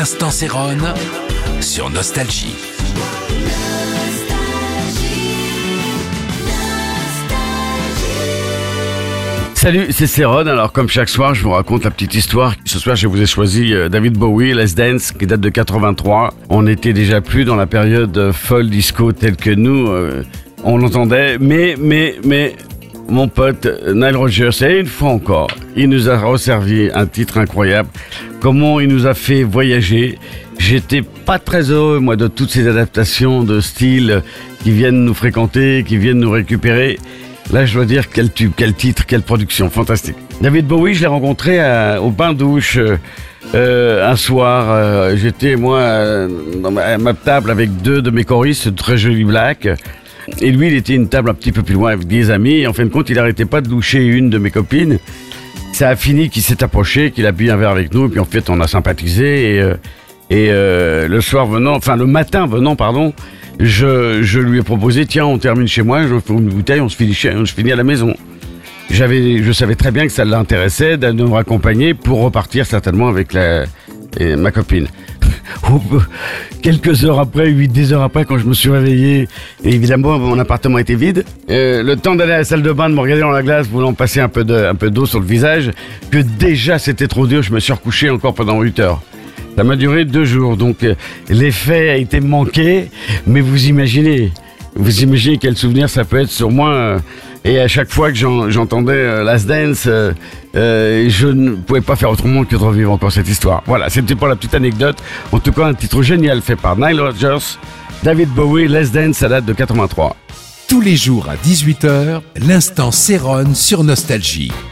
L'instant Céronne sur Nostalgie. Salut, c'est Céronne. Alors comme chaque soir, je vous raconte la petite histoire. Ce soir, je vous ai choisi David Bowie, Let's Dance, qui date de 83. On n'était déjà plus dans la période folle disco telle que nous, on l'entendait. Mais, mon pote Nile Rodgers, et une fois encore, il nous a resservi un titre incroyable. Comment il nous a fait voyager. J'étais pas très heureux, moi, de toutes ces adaptations de style qui viennent nous fréquenter, qui viennent nous récupérer. Là, je dois dire, quel tube, quel titre, quelle production, fantastique. David Bowie, je l'ai rencontré au bain-douche un soir. J'étais, moi, dans ma table avec deux de mes choristes, très jolis blacks. Et lui, il était une table un petit peu plus loin avec des amis. Et en fin de compte, il n'arrêtait pas de doucher une de mes copines. Ça a fini qu'il s'est approché, qu'il a bu un verre avec nous. Et puis en fait, on a sympathisé. Et le matin venant, je lui ai proposé, tiens, on termine chez moi, je fais une bouteille, on se finit à la maison. Je savais très bien que ça l'intéressait de nous raccompagner pour repartir certainement avec ma copine. Quelques heures après, 10 heures après, quand je me suis réveillé, et évidemment, mon appartement était vide. Le temps d'aller à la salle de bain, de me regarder dans la glace, voulant passer un peu d'eau sur le visage, que déjà c'était trop dur, je me suis recouché encore pendant 8 heures. Ça m'a duré 2 jours, donc l'effet a été manqué, mais vous imaginez quel souvenir ça peut être sur moi. Et à chaque fois que j'entendais Last Dance, je ne pouvais pas faire autrement que de revivre encore cette histoire. Voilà, c'était pour la petite anecdote. En tout cas, un titre génial fait par Nile Rodgers, David Bowie, Last Dance, ça date de 83. Tous les jours à 18h, l'instant Céronne sur Nostalgie.